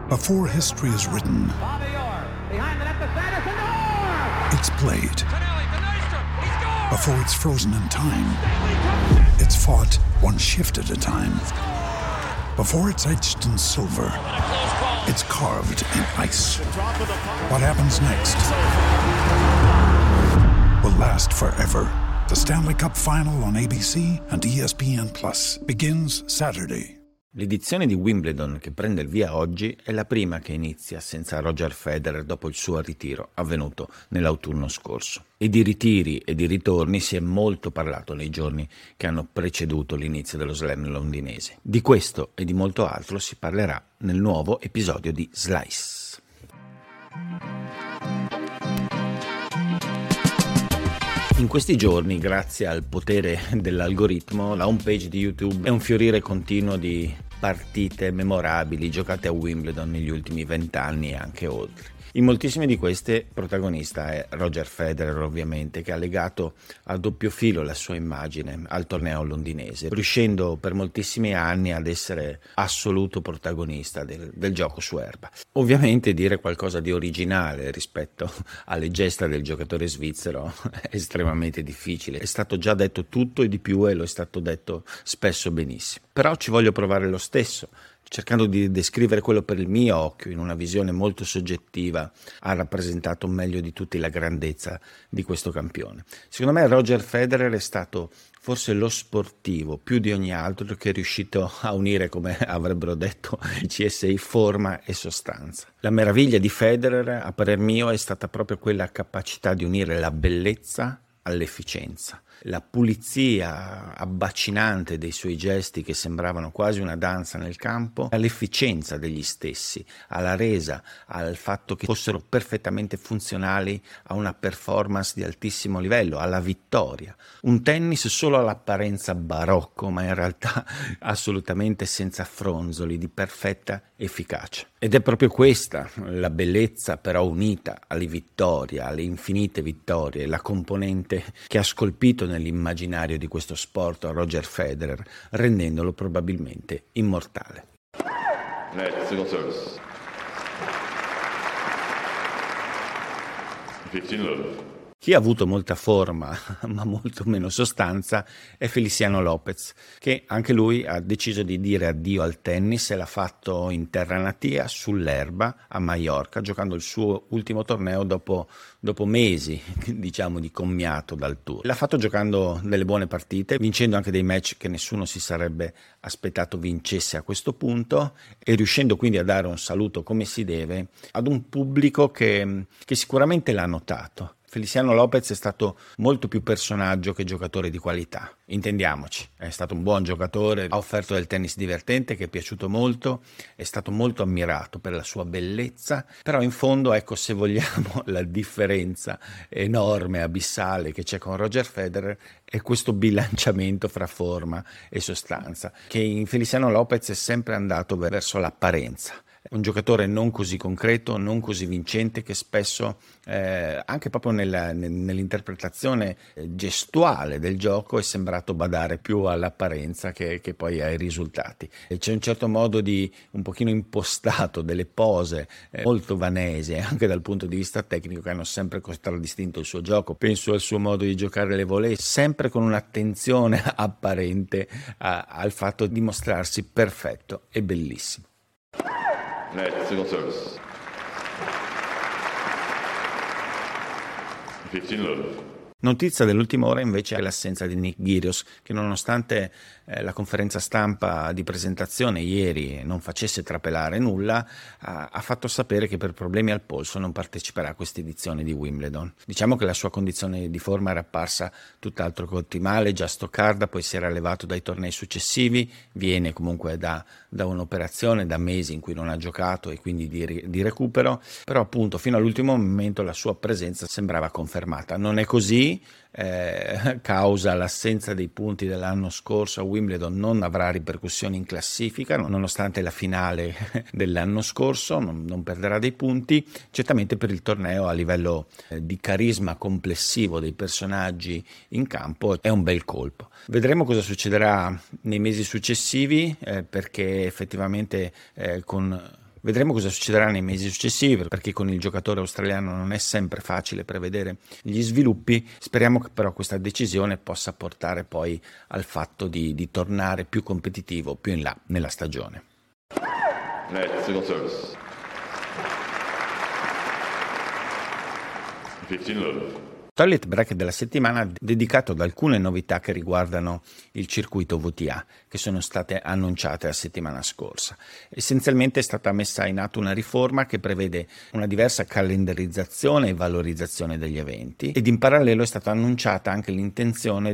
Before history is written, it's played. Before it's frozen in time, it's fought one shift at a time. Before it's etched in silver, it's carved in ice. What happens next will last forever. The Stanley Cup Final on ABC and ESPN Plus begins Saturday. L'edizione di Wimbledon che prende il via oggi è la prima che inizia senza Roger Federer dopo il suo ritiro avvenuto nell'autunno scorso. E di ritiri e di ritorni si è molto parlato nei giorni che hanno preceduto l'inizio dello slam londinese. Di questo e di molto altro si parlerà nel nuovo episodio di Slice. In questi giorni, grazie al potere dell'algoritmo, la homepage di YouTube è un fiorire continuo di partite memorabili giocate a Wimbledon negli ultimi 20 anni e anche oltre. In moltissime di queste protagonista è Roger Federer, ovviamente, che ha legato a doppio filo la sua immagine al torneo londinese, riuscendo per moltissimi anni ad essere assoluto protagonista del gioco su erba. Ovviamente dire qualcosa di originale rispetto alle gesta del giocatore svizzero è estremamente difficile. È stato già detto tutto e di più e lo è stato detto spesso benissimo. Però ci voglio provare lo stesso, cercando di descrivere quello per il mio occhio, in una visione molto soggettiva, ha rappresentato meglio di tutti la grandezza di questo campione. Secondo me Roger Federer è stato forse lo sportivo più di ogni altro che è riuscito a unire, come avrebbero detto i CSI, forma e sostanza. La meraviglia di Federer, a parer mio, è stata proprio quella capacità di unire la bellezza all'efficienza. La pulizia abbacinante dei suoi gesti, che sembravano quasi una danza nel campo, all'efficienza degli stessi, alla resa, al fatto che fossero perfettamente funzionali a una performance di altissimo livello, alla vittoria. Un tennis solo all'apparenza barocco, ma in realtà assolutamente senza fronzoli, di perfetta efficacia. Ed è proprio questa la bellezza, però unita alle vittorie, alle infinite vittorie, la componente che ha scolpito nell'immaginario di questo sport Roger Federer, rendendolo probabilmente immortale. Single service. 15 love. Chi ha avuto molta forma ma molto meno sostanza è Feliciano Lopez, che anche lui ha deciso di dire addio al tennis e l'ha fatto in terra natia, sull'erba, a Maiorca, giocando il suo ultimo torneo dopo mesi, diciamo, di commiato dal tour. L'ha fatto giocando delle buone partite, vincendo anche dei match che nessuno si sarebbe aspettato vincesse a questo punto, e riuscendo quindi a dare un saluto come si deve ad un pubblico che sicuramente l'ha notato. Feliciano Lopez è stato molto più personaggio che giocatore di qualità, intendiamoci, è stato un buon giocatore, ha offerto del tennis divertente che è piaciuto molto, è stato molto ammirato per la sua bellezza, però in fondo, ecco, se vogliamo, la differenza enorme, abissale che c'è con Roger Federer è questo bilanciamento fra forma e sostanza, che in Feliciano Lopez è sempre andato verso l'apparenza. Un giocatore non così concreto, non così vincente, che spesso anche proprio nell'interpretazione gestuale del gioco è sembrato badare più all'apparenza che poi ai risultati. E c'è un certo modo di un pochino impostato, delle pose molto vanesi anche dal punto di vista tecnico, che hanno sempre contraddistinto il suo gioco. Penso al suo modo di giocare le volée, sempre con un'attenzione apparente al fatto di mostrarsi perfetto e bellissimo. Single service. 15 love. Notizia dell'ultima ora invece è l'assenza di Nick Kyrgios, che nonostante la conferenza stampa di presentazione ieri non facesse trapelare nulla, ha fatto sapere che per problemi al polso non parteciperà a questa edizione di Wimbledon. Diciamo che la sua condizione di forma era apparsa tutt'altro che ottimale, già stoccarda, poi si era levato dai tornei successivi, viene comunque da un'operazione, da mesi in cui non ha giocato e quindi di recupero, però appunto fino all'ultimo momento la sua presenza sembrava confermata. Non è così, causa l'assenza dei punti dell'anno scorso a Wimbledon, non avrà ripercussioni in classifica nonostante la finale dell'anno scorso, non perderà dei punti. Certamente per il torneo, a livello di carisma complessivo dei personaggi in campo, è un bel colpo. Vedremo cosa succederà nei mesi successivi, perché effettivamente con Vedremo cosa succederà nei mesi successivi, perché con il giocatore australiano non è sempre facile prevedere gli sviluppi. Speriamo che però questa decisione possa portare poi al fatto di tornare più competitivo più in là nella stagione. Net, second service. 15 love. Toilet break della settimana dedicato ad alcune novità che riguardano il circuito VTA che sono state annunciate la settimana scorsa. Essenzialmente è stata messa in atto una riforma che prevede una diversa calendarizzazione e valorizzazione degli eventi, ed in parallelo è stata annunciata anche l'intenzione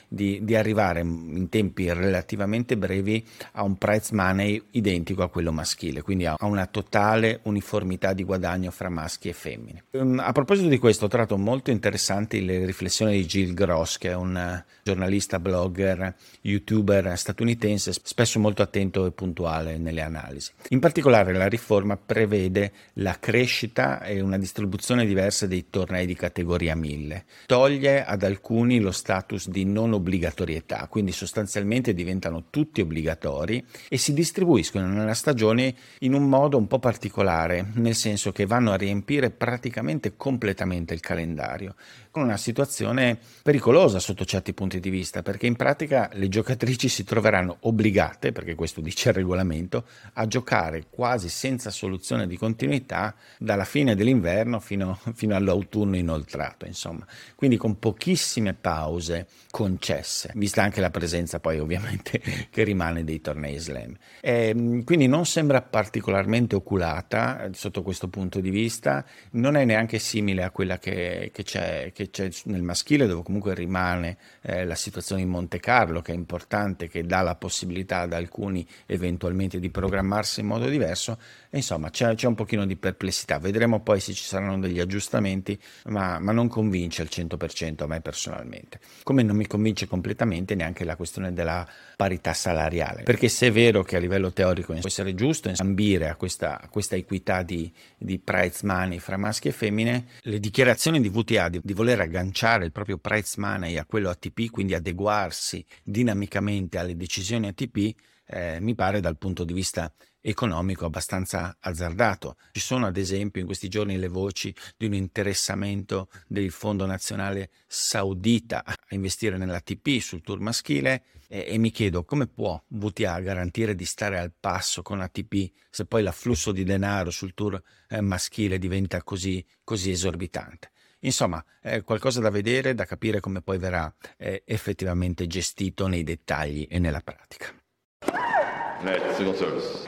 di arrivare in tempi relativamente brevi a un prize money identico a quello maschile, quindi a una totale uniformità di guadagno fra maschi e femmine. A proposito di questo, ho trovato molto interessanti le riflessioni di Gil Gross, che è un giornalista, blogger, youtuber statunitense, spesso molto attento e puntuale nelle analisi. In particolare la riforma prevede la crescita e una distribuzione diversa dei tornei di categoria 1000, toglie ad alcuni lo status di non obbligatorietà, quindi sostanzialmente diventano tutti obbligatori e si distribuiscono nella stagione in un modo un po' particolare, nel senso che vanno a riempire praticamente completamente il calendario, con una situazione pericolosa sotto certi punti di vista, perché in pratica le giocatrici si troveranno obbligate, perché questo dice il regolamento, a giocare quasi senza soluzione di continuità dalla fine dell'inverno fino all'autunno inoltrato, insomma, quindi con pochissime pause concesse, vista anche la presenza poi ovviamente che rimane dei tornei slam. Quindi non sembra particolarmente oculata sotto questo punto di vista, non è neanche simile a quella che c'è nel maschile, dove comunque rimane la situazione in Monte Carlo, che è importante, che dà la possibilità ad alcuni eventualmente di programmarsi in modo diverso. E insomma c'è un pochino di perplessità, vedremo poi se ci saranno degli aggiustamenti, ma non convince al 100% a me personalmente, come non mi convince completamente neanche la questione della parità salariale, perché se è vero che a livello teorico può essere giusto ambire a questa equità di prize money fra maschi e femmine, le dichiarazioni di VTA di voler agganciare il proprio prize money a quello ATP, quindi adeguarsi dinamicamente alle decisioni ATP, mi pare dal punto di vista economico abbastanza azzardato. Ci sono ad esempio in questi giorni le voci di un interessamento del Fondo Nazionale Saudita a investire nell'ATP sul tour maschile, e mi chiedo come può VTA garantire di stare al passo con ATP se poi l'afflusso di denaro sul tour maschile diventa così esorbitante. Insomma, è qualcosa da vedere, da capire come poi verrà effettivamente gestito nei dettagli e nella pratica. Net, second service.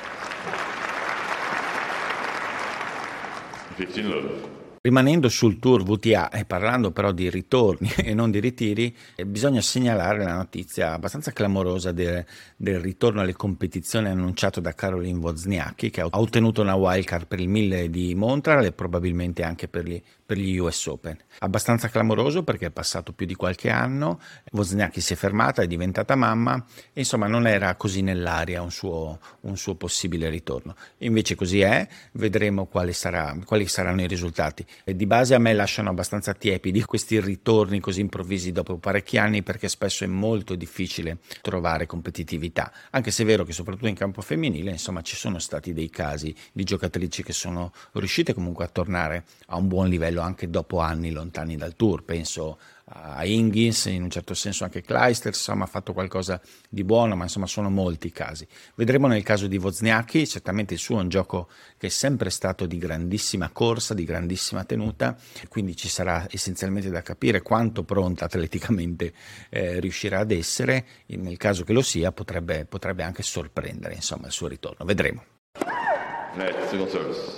15 love. Rimanendo sul tour VTA e parlando però di ritorni e non di ritiri, bisogna segnalare la notizia abbastanza clamorosa del ritorno alle competizioni annunciato da Caroline Wozniacki, che ha ottenuto una wildcard per il 1000 di Montreal e probabilmente anche per gli US Open. Abbastanza clamoroso perché è passato più di qualche anno, Wozniacki si è fermata, è diventata mamma e insomma non era così nell'aria un suo possibile ritorno. Invece così è, vedremo quali saranno i risultati. Di base a me lasciano abbastanza tiepidi questi ritorni così improvvisi dopo parecchi anni, perché spesso è molto difficile trovare competitività, anche se è vero che soprattutto in campo femminile insomma ci sono stati dei casi di giocatrici che sono riuscite comunque a tornare a un buon livello anche dopo anni lontani dal tour. Penso a Higgins, in un certo senso anche Clijsters, insomma ha fatto qualcosa di buono, ma insomma sono molti casi. Vedremo nel caso di Wozniacki, certamente il suo è un gioco che è sempre stato di grandissima corsa, di grandissima tenuta, quindi ci sarà essenzialmente da capire quanto pronta atleticamente riuscirà ad essere. Nel caso che lo sia potrebbe anche sorprendere insomma il suo ritorno, vedremo. Net, second service.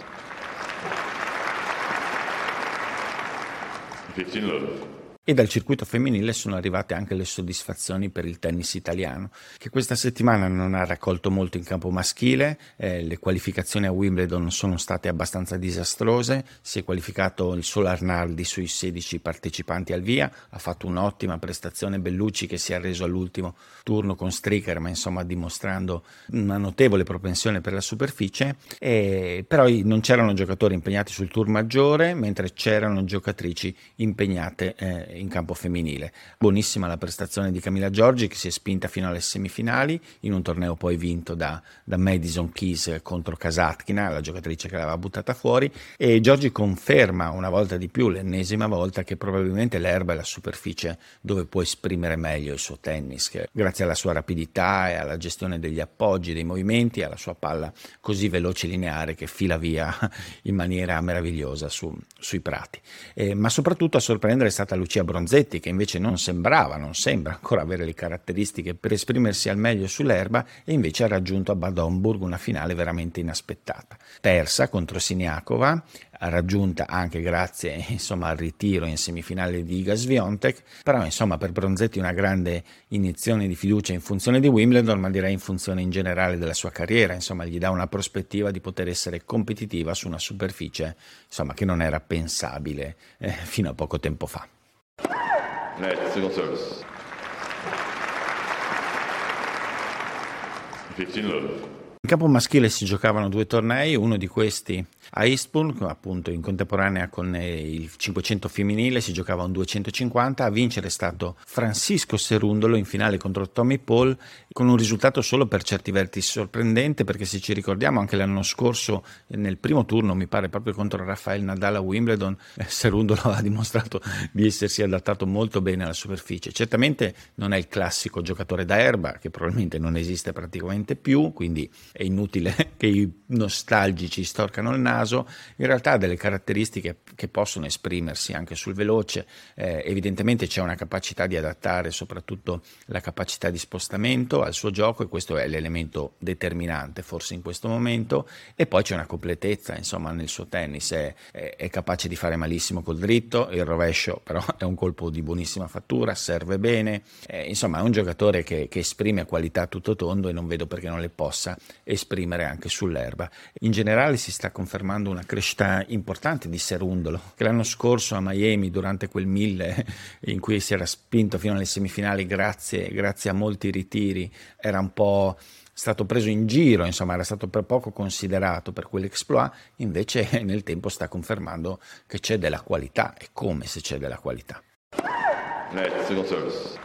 15 love. E dal circuito femminile sono arrivate anche le soddisfazioni per il tennis italiano, che questa settimana non ha raccolto molto in campo maschile. Le qualificazioni a Wimbledon sono state abbastanza disastrose. Si è qualificato il solo Arnaldi sui 16 partecipanti al via, ha fatto un'ottima prestazione Bellucci, che si è arreso all'ultimo turno con Stricker, ma insomma dimostrando una notevole propensione per la superficie. Però non c'erano giocatori impegnati sul tour maggiore, mentre c'erano giocatrici impegnate in campo femminile. Buonissima la prestazione di Camila Giorgi, che si è spinta fino alle semifinali in un torneo poi vinto da Madison Keys contro Kasatkina, la giocatrice che l'aveva buttata fuori, e Giorgi conferma una volta di più, l'ennesima volta, che probabilmente l'erba è la superficie dove può esprimere meglio il suo tennis, che grazie alla sua rapidità e alla gestione degli appoggi, dei movimenti, alla sua palla così veloce e lineare che fila via in maniera meravigliosa sui prati. Ma soprattutto a sorprendere è stata Lucia Bronzetti, che invece non sembra ancora avere le caratteristiche per esprimersi al meglio sull'erba, e invece ha raggiunto a Bad Homburg una finale veramente inaspettata. Persa contro Siniakova, raggiunta anche grazie al ritiro in semifinale di Iga Swiatek, però per Bronzetti una grande iniezione di fiducia in funzione di Wimbledon, ma direi in funzione in generale della sua carriera, gli dà una prospettiva di poter essere competitiva su una superficie che non era pensabile fino a poco tempo fa. Net, second service. 15-love. In campo maschile si giocavano 2 tornei, uno di questi a Eastbourne, appunto in contemporanea con il 500 femminile, si giocava un 250, a vincere è stato Francisco Cerundolo in finale contro Tommy Paul, con un risultato solo per certi versi sorprendente, perché se ci ricordiamo anche l'anno scorso nel primo turno, mi pare proprio contro Rafael Nadal a Wimbledon, Cerundolo ha dimostrato di essersi adattato molto bene alla superficie. Certamente non è il classico giocatore da erba, che probabilmente non esiste praticamente più, quindi è inutile che i nostalgici storcano il naso. In realtà ha delle caratteristiche che possono esprimersi anche sul veloce, evidentemente c'è una capacità di adattare soprattutto la capacità di spostamento al suo gioco, e questo è l'elemento determinante forse in questo momento, e poi c'è una completezza nel suo tennis, è capace di fare malissimo col dritto, il rovescio però è un colpo di buonissima fattura, serve bene, è un giocatore che esprime qualità a tutto tondo, e non vedo perché non le possa esprimere anche sull'erba. In generale si sta confermando una crescita importante di Cerundolo, che l'anno scorso a Miami, durante quel 1000 in cui si era spinto fino alle semifinali grazie a molti ritiri, era un po' stato preso in giro, era stato per poco considerato per quell'exploit, invece nel tempo sta confermando che c'è della qualità, e come se c'è della qualità. Net, second service.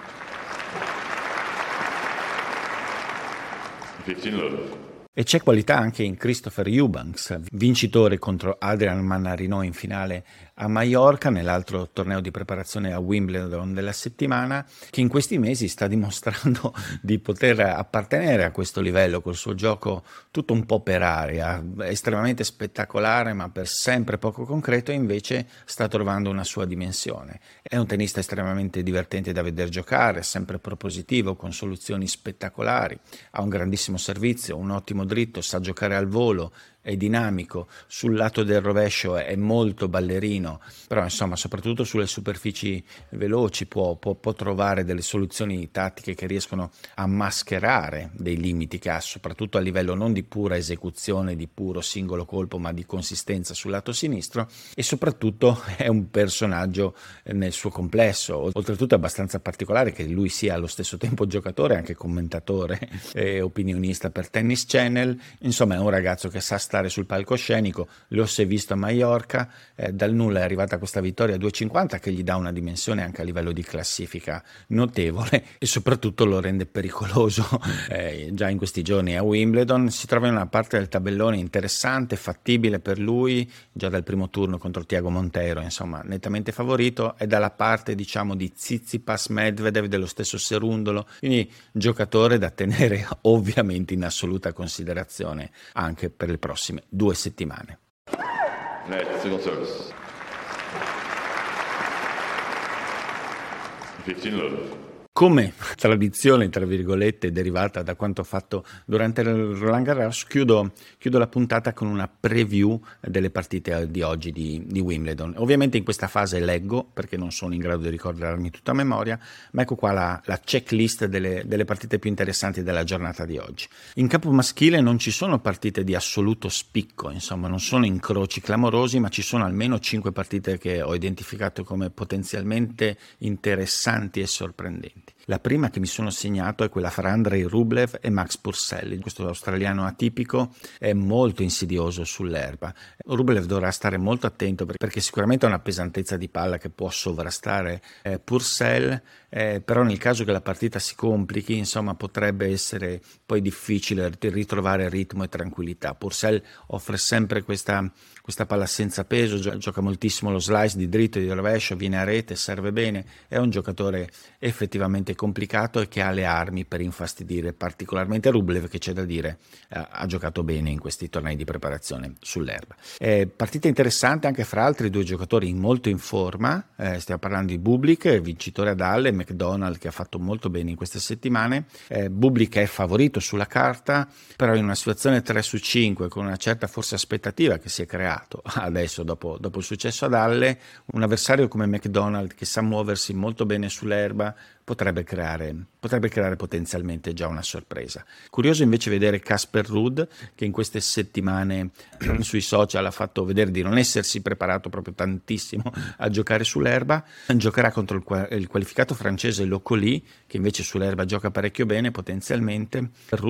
15-love. E c'è qualità anche in Christopher Eubanks, vincitore contro Adrian Mannarino in finale a Maiorca, nell'altro torneo di preparazione a Wimbledon della settimana, che in questi mesi sta dimostrando di poter appartenere a questo livello col suo gioco tutto un po' per aria, estremamente spettacolare ma per sempre poco concreto, e invece sta trovando una sua dimensione. È un tennista estremamente divertente da veder giocare, sempre propositivo, con soluzioni spettacolari, ha un grandissimo servizio, un ottimo dritto, sa giocare al volo, è dinamico, sul lato del rovescio è molto ballerino, però soprattutto sulle superfici veloci può trovare delle soluzioni tattiche che riescono a mascherare dei limiti che ha, soprattutto a livello non di pura esecuzione, di puro singolo colpo, ma di consistenza sul lato sinistro, e soprattutto è un personaggio nel suo complesso. Oltretutto è abbastanza particolare che lui sia allo stesso tempo giocatore e anche commentatore e opinionista per Tennis Channel. È un ragazzo che sa stare sul palcoscenico, lo si è visto a Maiorca, dal nulla è arrivata questa vittoria a 2,50 che gli dà una dimensione anche a livello di classifica notevole, e soprattutto lo rende pericoloso già in questi giorni a Wimbledon. Si trova in una parte del tabellone interessante, fattibile per lui, già dal primo turno contro Thiago Monteiro, nettamente favorito, è dalla parte di Tsitsipas, Medvedev, dello stesso Cerundolo, quindi giocatore da tenere ovviamente in assoluta considerazione anche per le prossime 2 settimane. Net, second service. 15-love. Come tradizione, tra virgolette, derivata da quanto fatto durante il Roland Garros, chiudo la puntata con una preview delle partite di oggi di Wimbledon. Ovviamente in questa fase leggo, perché non sono in grado di ricordarmi tutta a memoria, ma ecco qua la checklist delle partite più interessanti della giornata di oggi. In campo maschile non ci sono partite di assoluto spicco, non sono incroci clamorosi, ma ci sono almeno 5 partite che ho identificato come potenzialmente interessanti e sorprendenti. La prima che mi sono segnato è quella fra Andrei Rublev e Max Purcell. Questo australiano atipico è molto insidioso sull'erba. Rublev dovrà stare molto attento perché sicuramente ha una pesantezza di palla che può sovrastare Purcell, però nel caso che la partita si complichi, insomma, potrebbe essere poi difficile ritrovare ritmo e tranquillità. Purcell offre sempre questa palla senza peso, gioca moltissimo lo slice di dritto e di rovescio, viene a rete, serve bene, è un giocatore effettivamente complicato e che ha le armi per infastidire particolarmente Rublev, che c'è da dire ha giocato bene in questi tornei di preparazione sull'erba. Partita interessante anche fra altri due giocatori molto in forma, stiamo parlando di Bublik, vincitore ad Halle, e McDonald, che ha fatto molto bene in queste settimane. Bublik è favorito sulla carta, però in una situazione 3-5 con una certa forse aspettativa che si è creato adesso dopo il successo ad Halle, un avversario come McDonald che sa muoversi molto bene sull'erba potrebbe creare potenzialmente già una sorpresa. Curioso invece vedere Casper Ruud, che in queste settimane sui social ha fatto vedere di non essersi preparato proprio tantissimo a giocare sull'erba. Giocherà contro il qualificato francese Locoli, che invece sull'erba gioca parecchio bene potenzialmente.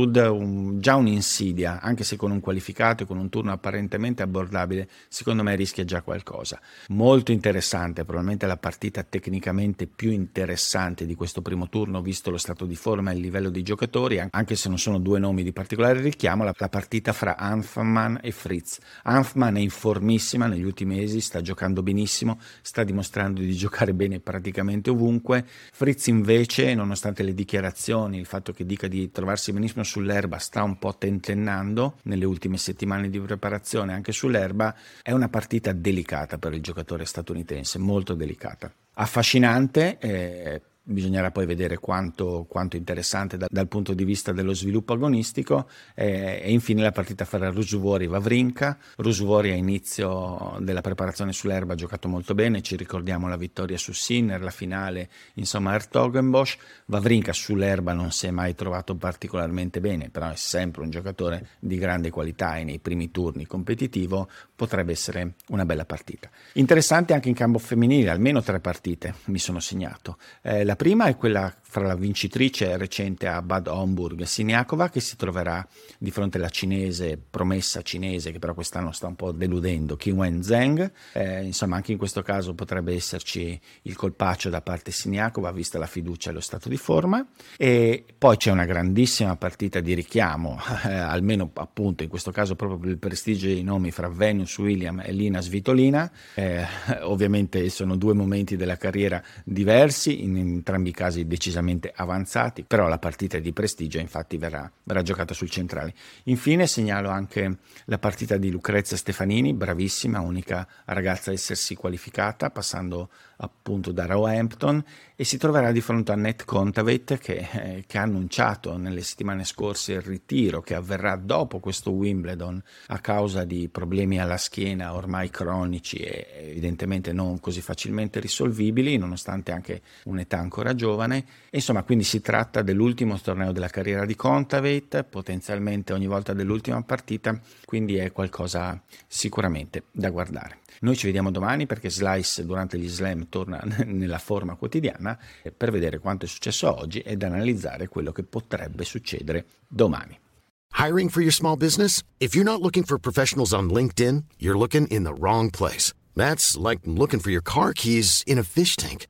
Ruud già un'insidia, anche se con un qualificato e con un turno apparentemente abbordabile, secondo me rischia già qualcosa. Molto interessante, probabilmente la partita tecnicamente più interessante di questo primo turno, visto lo stato di forma e il livello dei giocatori, anche se non sono due nomi di particolare richiamo, la partita fra Hanfmann e Fritz. Hanfmann è in formissima negli ultimi mesi, sta giocando benissimo, sta dimostrando di giocare bene praticamente ovunque. Fritz invece, nonostante le dichiarazioni, il fatto che dica di trovarsi benissimo sull'erba, sta un po' tentennando nelle ultime settimane di preparazione anche sull'erba. È una partita delicata per il giocatore statunitense, molto delicata. Affascinante, bisognerà poi vedere quanto interessante dal punto di vista dello sviluppo agonistico, e infine la partita fra Ruusuvuori e Wawrinka. Ruusuvuori a inizio della preparazione sull'erba ha giocato molto bene, ci ricordiamo la vittoria su Sinner, la finale insomma a 's-Hertogenbosch. Wawrinka sull'erba non si è mai trovato particolarmente bene, però è sempre un giocatore di grande qualità e nei primi turni competitivo potrebbe essere una bella partita. Interessante anche in campo femminile, almeno 3 partite mi sono segnato. La prima è quella fra la vincitrice recente a Bad Homburg, Siniakova, che si troverà di fronte alla promessa cinese, che però quest'anno sta un po' deludendo, Qinwen Zheng. Insomma, anche in questo caso potrebbe esserci il colpaccio da parte Siniakova, vista la fiducia e lo stato di forma. E poi c'è una grandissima partita di richiamo, almeno appunto in questo caso proprio per il prestigio dei nomi, fra Venus Williams e Lina Svitolina. Ovviamente sono 2 momenti della carriera diversi, in entrambi i casi decisamente avanzati, però la partita di prestigio infatti verrà giocata sul centrale. Infine segnalo anche la partita di Lucrezia Stefanini, bravissima, unica ragazza a essersi qualificata passando appunto da Roehampton, e si troverà di fronte a Net Kontaveit che ha annunciato nelle settimane scorse il ritiro che avverrà dopo questo Wimbledon a causa di problemi alla schiena ormai cronici e evidentemente non così facilmente risolvibili, nonostante anche un'età ancora giovane. Insomma, quindi si tratta dell'ultimo torneo della carriera di Kontaveit, potenzialmente ogni volta dell'ultima partita, quindi è qualcosa sicuramente da guardare. Noi ci vediamo domani perché Slice durante gli slam torna nella forma quotidiana per vedere quanto è successo oggi ed analizzare quello che potrebbe succedere domani. Hiring for your small business? If you're not looking for professionals on LinkedIn, you're looking in the wrong place. That's like looking for your car keys in a fish tank.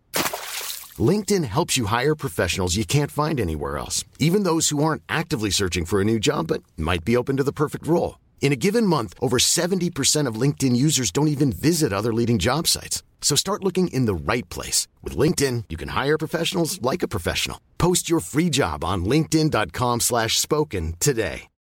LinkedIn helps you hire professionals you can't find anywhere else, even those who aren't actively searching for a new job but might be open to the perfect role. In a given month, over 70% of LinkedIn users don't even visit other leading job sites. So start looking in the right place. With LinkedIn, you can hire professionals like a professional. Post your free job on linkedin.com/spoken today.